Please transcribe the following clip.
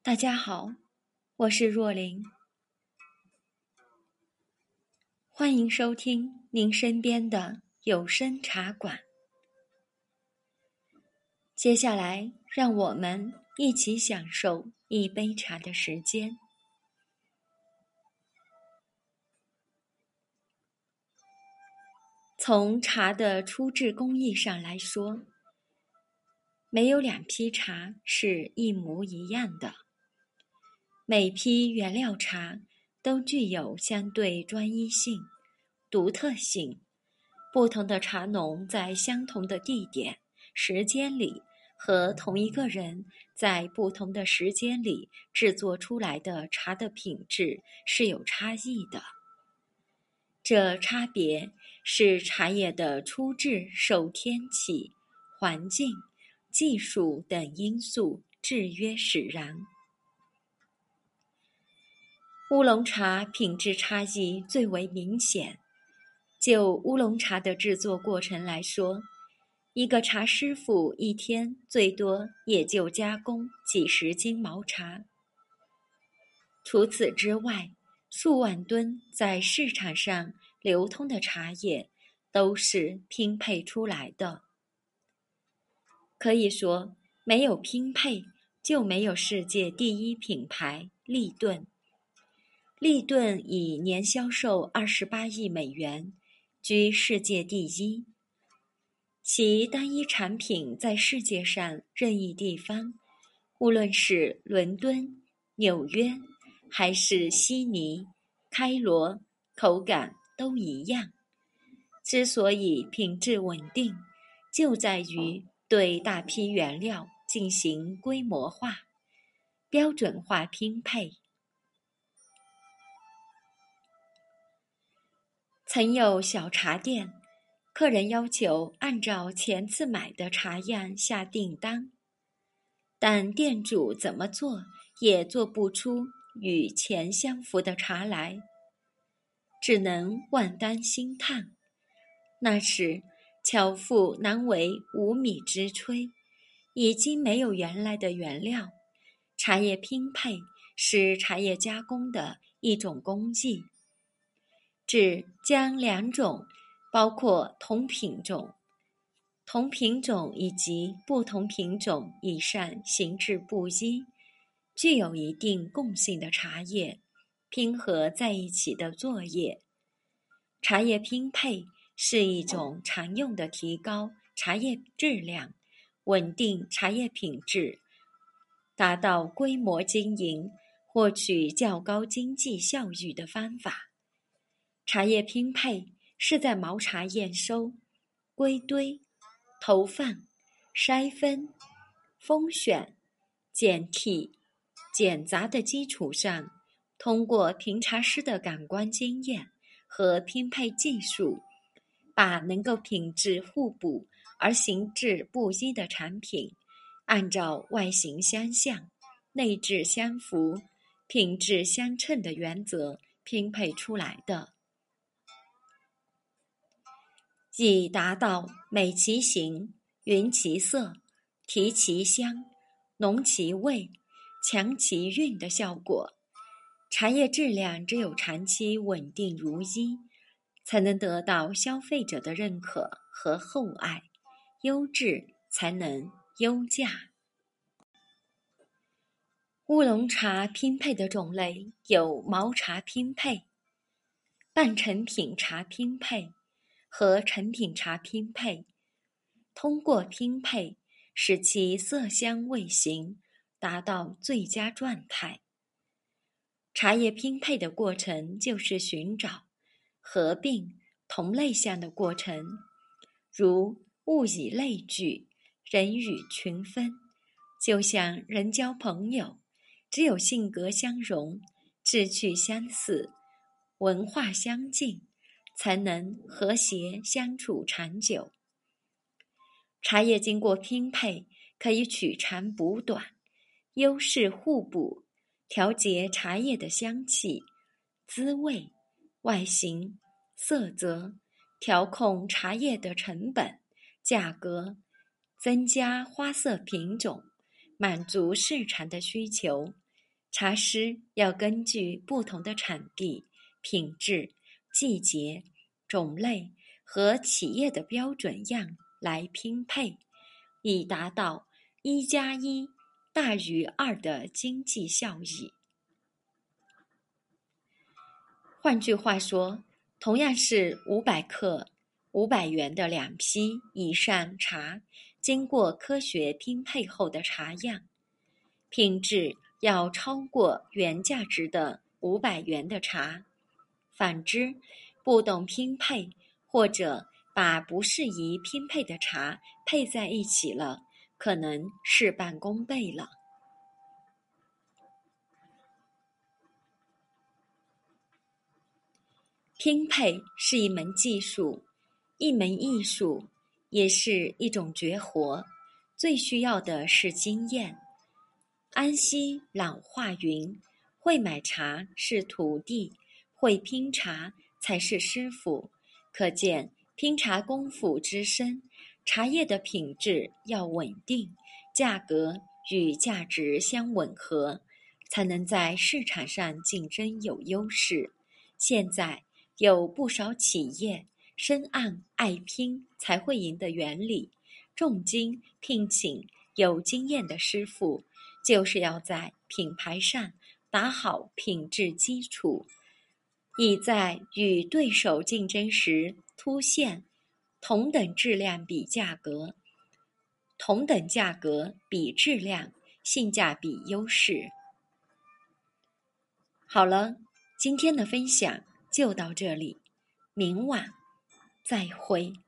大家好，我是若琳，欢迎收听您身边的有声茶馆。接下来，让我们一起享受一杯茶的时间。从茶的出制工艺上来说，没有两批茶是一模一样的。每批原料茶都具有相对专一性、独特性。不同的茶农在相同的地点、时间里，和同一个人在不同的时间里制作出来的茶的品质是有差异的。这差别是茶叶的出制受天气、环境、技术等因素制约使然。乌龙茶品质差异最为明显。就乌龙茶的制作过程来说，一个茶师傅一天最多也就加工几十斤毛茶。除此之外，数万吨在市场上流通的茶叶都是拼配出来的。可以说，没有拼配就没有世界第一品牌立顿。立顿以年销售28亿美元居世界第一，其单一产品在世界上任意地方，无论是伦敦、纽约还是悉尼、开罗，口感都一样。之所以品质稳定，就在于对大批原料进行规模化、标准化拼配。曾有小茶店，客人要求按照前次买的茶样下订单，但店主怎么做也做不出与前相符的茶来，只能望单兴叹。那时巧妇难为无米之炊，已经没有原来的原料，茶叶拼配是茶叶加工的一种工艺。只将两种，包括同品种以及不同品种以上形制不一、具有一定共性的茶叶拼合在一起的作业。茶叶拼配是一种常用的提高茶叶质量、稳定茶叶品质、达到规模经营、获取较高经济效益的方法。茶叶拼配是在毛茶验收、归堆、投放、筛分、封选、检剔、检杂的基础上，通过评茶师的感官经验和拼配技术，把能够品质互补而形制不一的产品，按照外形相像、内质相符、品质相称的原则拼配出来的，以达到美其形、匀其色、提其香、浓其味、强其韵的效果。茶叶质量只有长期稳定如一，才能得到消费者的认可和厚爱，优质才能优价。乌龙茶拼配的种类有毛茶拼配、半成品茶拼配和成品茶拼配。通过拼配使其色香味形达到最佳状态。茶叶拼配的过程就是寻找、合并同类项的过程，如物以类聚，人以群分。就像人交朋友，只有性格相融、志趣相似、文化相近，才能和谐相处长久。茶叶经过拼配，可以取长补短，优势互补，调节茶叶的香气、滋味、外形、色泽，调控茶叶的成本、价格，增加花色品种，满足市场的需求， 茶师要根据不同的产地、品质、季节、种类和企业的标准样来拼配，以达到1+1大于2的经济效益。换句话说，同样是500克500元的2批以上茶，经过科学拼配后的茶样，品质要超过原价值的500元的茶。反之，不懂拼配或者把不适宜拼配的茶配在一起了，可能事半功倍了。拼配是一门技术，一门艺术，也是一种绝活，最需要的是经验。安溪老话云：会买茶是徒弟，会拼茶才是师傅。可见拼茶功夫之深，茶叶的品质要稳定，价格与价值相吻合，才能在市场上竞争有优势。现在有不少企业深谙爱拼才会赢的原理，重金聘请有经验的师傅，就是要在品牌上打好品质基础，以在与对手竞争时凸显同等质量比价格、同等价格比质量、性价比优势。好了，今天的分享就到这里，明晚再会。